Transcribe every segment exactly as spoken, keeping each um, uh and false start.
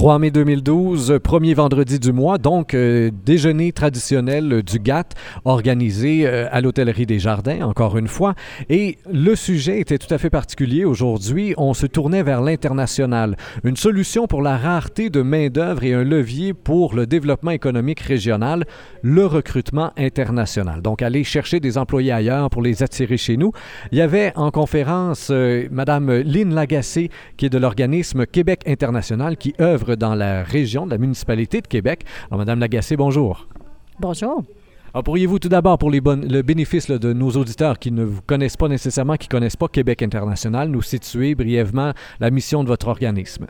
trois mai deux mille douze, premier vendredi du mois, donc euh, déjeuner traditionnel du G A T organisé euh, à l'Hôtellerie des Jardins, encore une fois. Et le sujet était tout à fait particulier aujourd'hui. On se tournait vers l'international. Une solution pour la rareté de main-d'œuvre et un levier pour le développement économique régional, le recrutement international. Donc, aller chercher des employés ailleurs pour les attirer chez nous. Il y avait en conférence euh, Mme Lynne Lagacé, qui est de l'organisme Québec International, qui œuvre dans la région de la municipalité de Québec. Alors, Mme Lagacé, bonjour. Bonjour. Alors, pourriez-vous tout d'abord, pour les bonnes, le bénéfice là, de nos auditeurs qui ne vous connaissent pas nécessairement, qui ne connaissent pas Québec International, nous situer brièvement la mission de votre organisme?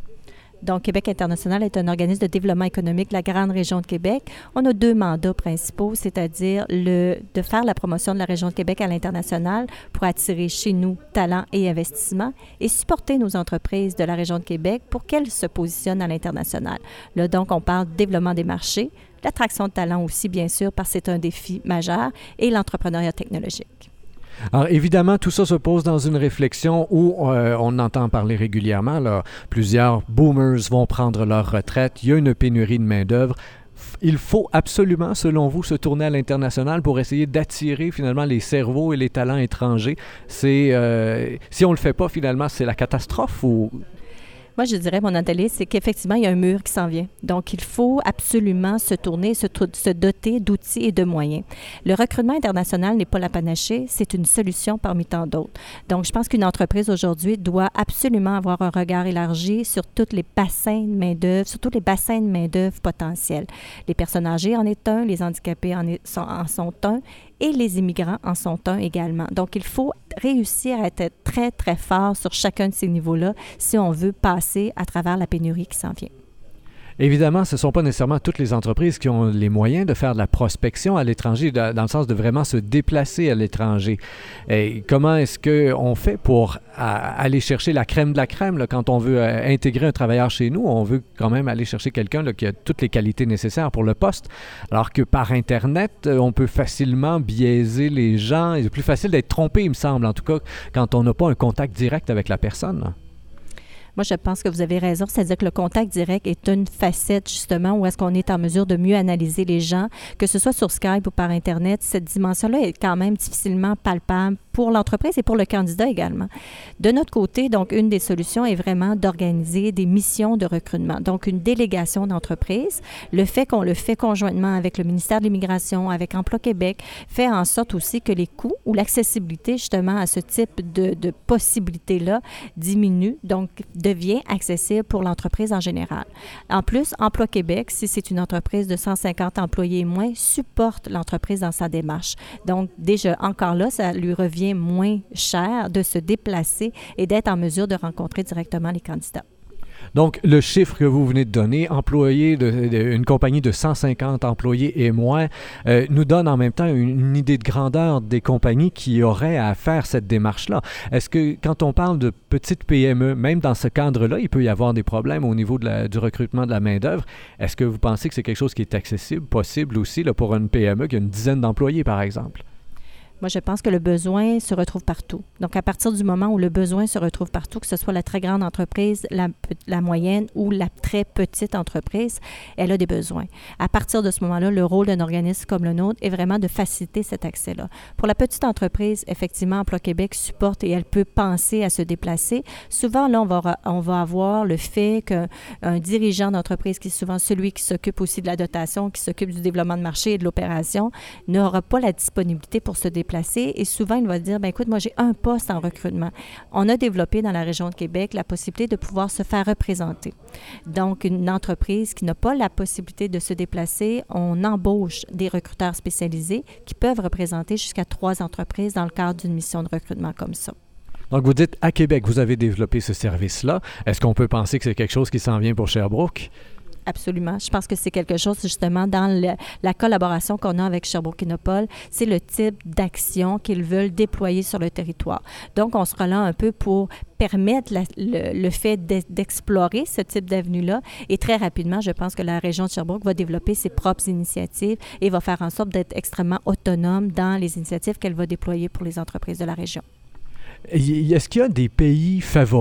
Donc, Québec International est un organisme de développement économique de la grande région de Québec. On a deux mandats principaux, c'est-à-dire le, de faire la promotion de la région de Québec à l'international pour attirer chez nous talents et investissements et supporter nos entreprises de la région de Québec pour qu'elles se positionnent à l'international. Là, donc, on parle de développement des marchés, l'attraction de talents aussi, bien sûr, parce que c'est un défi majeur, et l'entrepreneuriat technologique. Alors, évidemment, tout ça se pose dans une réflexion où euh, on entend parler régulièrement. Là, plusieurs boomers vont prendre leur retraite. Il y a une pénurie de main-d'œuvre. Il faut absolument, selon vous, se tourner à l'international pour essayer d'attirer finalement les cerveaux et les talents étrangers. C'est, euh, si on ne le fait pas, finalement, c'est la catastrophe ou... Moi, je dirais, mon atelier, c'est qu'effectivement, il y a un mur qui s'en vient. Donc, il faut absolument se tourner, se, se doter d'outils et de moyens. Le recrutement international n'est pas la panacée, c'est une solution parmi tant d'autres. Donc, je pense qu'une entreprise aujourd'hui doit absolument avoir un regard élargi sur tous les bassins de main-d'œuvre, sur tous les bassins de main-d'œuvre potentiels. Les personnes âgées en est un, les handicapés en, est, sont, en sont un, et les immigrants en sont un également. Donc, il faut réussir à être très, très fort sur chacun de ces niveaux-là si on veut passer à travers la pénurie qui s'en vient. Évidemment, ce ne sont pas nécessairement toutes les entreprises qui ont les moyens de faire de la prospection à l'étranger, dans le sens de vraiment se déplacer à l'étranger. Et comment est-ce qu'on fait pour à, aller chercher la crème de la crème là, quand on veut euh, intégrer un travailleur chez nous? On veut quand même aller chercher quelqu'un là, qui a toutes les qualités nécessaires pour le poste, alors que par Internet, euh, on peut facilement biaiser les gens. C'est plus facile d'être trompé, il me semble, en tout cas, quand on n'a pas un contact direct avec la personne, là. Moi, je pense que vous avez raison, c'est-à-dire que le contact direct est une facette, justement, où est-ce qu'on est en mesure de mieux analyser les gens, que ce soit sur Skype ou par Internet. Cette dimension-là est quand même difficilement palpable pour l'entreprise et pour le candidat également. De notre côté, donc, une des solutions est vraiment d'organiser des missions de recrutement, donc une délégation d'entreprise. Le fait qu'on le fait conjointement avec le ministère de l'Immigration, avec Emploi Québec, fait en sorte aussi que les coûts ou l'accessibilité, justement, à ce type de, de possibilités-là diminue, donc devient accessible pour l'entreprise en général. En plus, Emploi Québec, si c'est une entreprise de cent cinquante employés et moins, supporte l'entreprise dans sa démarche. Donc, déjà, encore là, ça lui revient moins cher de se déplacer et d'être en mesure de rencontrer directement les candidats. Donc, le chiffre que vous venez de donner, employé de, de, une compagnie de cent cinquante employés et moins, euh, nous donne en même temps une, une idée de grandeur des compagnies qui auraient à faire cette démarche-là. Est-ce que quand on parle de petites P M E, même dans ce cadre-là, il peut y avoir des problèmes au niveau de la, du recrutement de la main-d'œuvre? Est-ce que vous pensez que c'est quelque chose qui est accessible, possible aussi là, pour une P M E qui a une dizaine d'employés, par exemple? Moi, je pense que le besoin se retrouve partout. Donc, à partir du moment où le besoin se retrouve partout, que ce soit la très grande entreprise, la, la moyenne ou la très petite entreprise, elle a des besoins. À partir de ce moment-là, le rôle d'un organisme comme le nôtre est vraiment de faciliter cet accès-là. Pour la petite entreprise, effectivement, Emploi Québec supporte et elle peut penser à se déplacer. Souvent, là, on va, on va avoir le fait qu'un dirigeant d'entreprise, qui est souvent celui qui s'occupe aussi de la dotation, qui s'occupe du développement de marché et de l'opération, n'aura pas la disponibilité pour se déplacer. Et souvent, il va dire, bien écoute, moi, j'ai un poste en recrutement. On a développé dans la région de Québec la possibilité de pouvoir se faire représenter. Donc, une entreprise qui n'a pas la possibilité de se déplacer, on embauche des recruteurs spécialisés qui peuvent représenter jusqu'à trois entreprises dans le cadre d'une mission de recrutement comme ça. Donc, vous dites, à Québec, vous avez développé ce service-là. Est-ce qu'on peut penser que c'est quelque chose qui s'en vient pour Sherbrooke? Absolument. Je pense que c'est quelque chose, justement, dans le, la collaboration qu'on a avec Sherbrooke-Kinnopol, c'est le type d'action qu'ils veulent déployer sur le territoire. Donc, on sera là un peu pour permettre la, le, le fait d'explorer ce type d'avenue-là. Et très rapidement, je pense que la région de Sherbrooke va développer ses propres initiatives et va faire en sorte d'être extrêmement autonome dans les initiatives qu'elle va déployer pour les entreprises de la région. Est-ce qu'il y a des pays favoris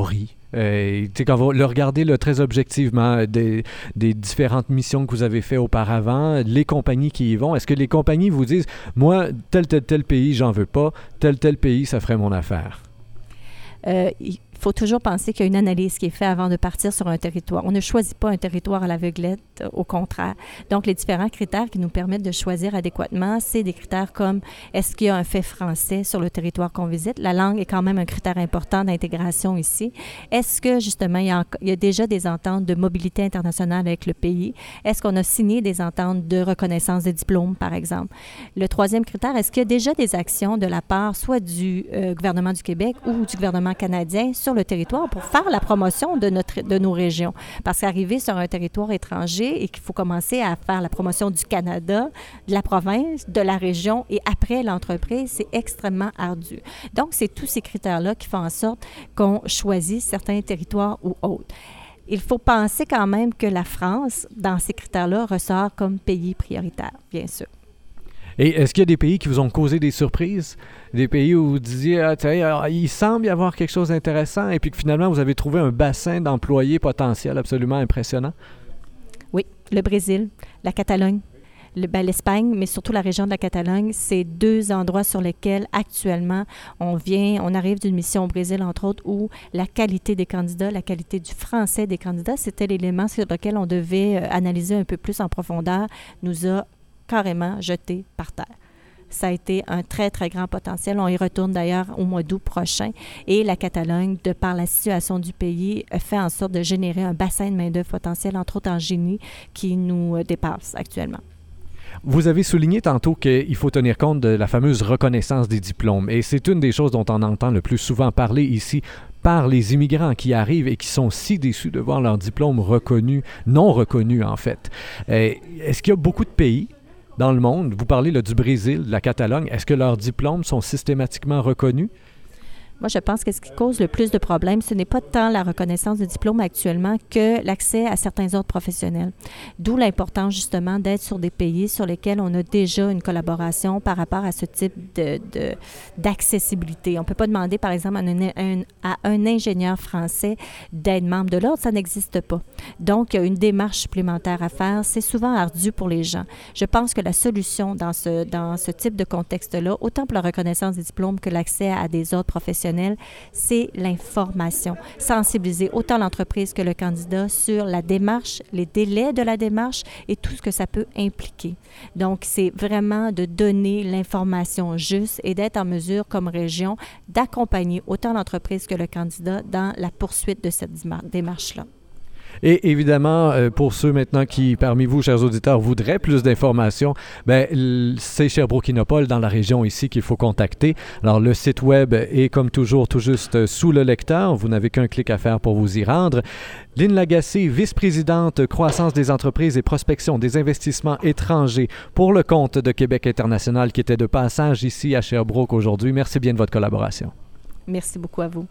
Euh, quand vous le regardez là, très objectivement, des, des différentes missions que vous avez faites auparavant, les compagnies qui y vont, est-ce que les compagnies vous disent, moi, tel, tel, tel pays, j'en veux pas, tel, tel pays, ça ferait mon affaire? Euh, il faut toujours penser qu'il y a une analyse qui est faite avant de partir sur un territoire. On ne choisit pas un territoire à l'aveuglette, au contraire. Donc, les différents critères qui nous permettent de choisir adéquatement, c'est des critères comme est-ce qu'il y a un fait français sur le territoire qu'on visite? La langue est quand même un critère important d'intégration ici. Est-ce que, justement, il y a, il y a déjà des ententes de mobilité internationale avec le pays? Est-ce qu'on a signé des ententes de reconnaissance des diplômes, par exemple? Le troisième critère, est-ce qu'il y a déjà des actions de la part soit du euh, gouvernement du Québec ou du gouvernement canadien sur le territoire pour faire la promotion de, notre, de nos régions? Parce qu'arriver sur un territoire étranger et qu'il faut commencer à faire la promotion du Canada, de la province, de la région et après l'entreprise, c'est extrêmement ardu. Donc, c'est tous ces critères-là qui font en sorte qu'on choisit certains territoires ou autres. Il faut penser quand même que la France, dans ces critères-là, ressort comme pays prioritaire, bien sûr. Et est-ce qu'il y a des pays qui vous ont causé des surprises? Des pays où vous disiez, ah, tiens, il semble y avoir quelque chose d'intéressant et puis que finalement, vous avez trouvé un bassin d'employés potentiels absolument impressionnant? Oui, le Brésil, la Catalogne, le, ben, l'Espagne, mais surtout la région de la Catalogne, c'est deux endroits sur lesquels actuellement on vient, on arrive d'une mission au Brésil, entre autres, où la qualité des candidats, la qualité du français des candidats, c'était l'élément sur lequel on devait euh, analyser un peu plus en profondeur, nous a carrément jeté par terre. Ça a été un très, très grand potentiel. On y retourne d'ailleurs au mois d'août prochain. Et la Catalogne, de par la situation du pays, fait en sorte de générer un bassin de main-d'œuvre potentiel, entre autres en génie, qui nous dépasse actuellement. Vous avez souligné tantôt qu'il faut tenir compte de la fameuse reconnaissance des diplômes. Et c'est une des choses dont on entend le plus souvent parler ici par les immigrants qui arrivent et qui sont si déçus de voir leurs diplômes reconnus, non reconnus en fait. Est-ce qu'il y a beaucoup de pays dans le monde, vous parlez là, du Brésil, de la Catalogne, est-ce que leurs diplômes sont systématiquement reconnus? Moi, je pense que ce qui cause le plus de problèmes, ce n'est pas tant la reconnaissance de diplôme actuellement que l'accès à certains ordres professionnels. D'où l'importance, justement, d'être sur des pays sur lesquels on a déjà une collaboration par rapport à ce type de, de, d'accessibilité. On ne peut pas demander, par exemple, à un, un, à un ingénieur français d'être membre de l'ordre, ça n'existe pas. Donc, il y a une démarche supplémentaire à faire. C'est souvent ardu pour les gens. Je pense que la solution dans ce, dans ce type de contexte-là, autant pour la reconnaissance des diplômes que l'accès à des ordres professionnels, c'est l'information. Sensibiliser autant l'entreprise que le candidat sur la démarche, les délais de la démarche et tout ce que ça peut impliquer. Donc, c'est vraiment de donner l'information juste et d'être en mesure, comme région, d'accompagner autant l'entreprise que le candidat dans la poursuite de cette démarche-là. Et évidemment, pour ceux maintenant qui, parmi vous, chers auditeurs, voudraient plus d'informations, ben, c'est Sherbrooke Innopol dans la région ici qu'il faut contacter. Alors, le site web est comme toujours tout juste sous le lecteur. Vous n'avez qu'un clic à faire pour vous y rendre. Lynne Lagacé, vice-présidente croissance des entreprises et prospection des investissements étrangers pour le compte de Québec International qui était de passage ici à Sherbrooke aujourd'hui. Merci bien de votre collaboration. Merci beaucoup à vous.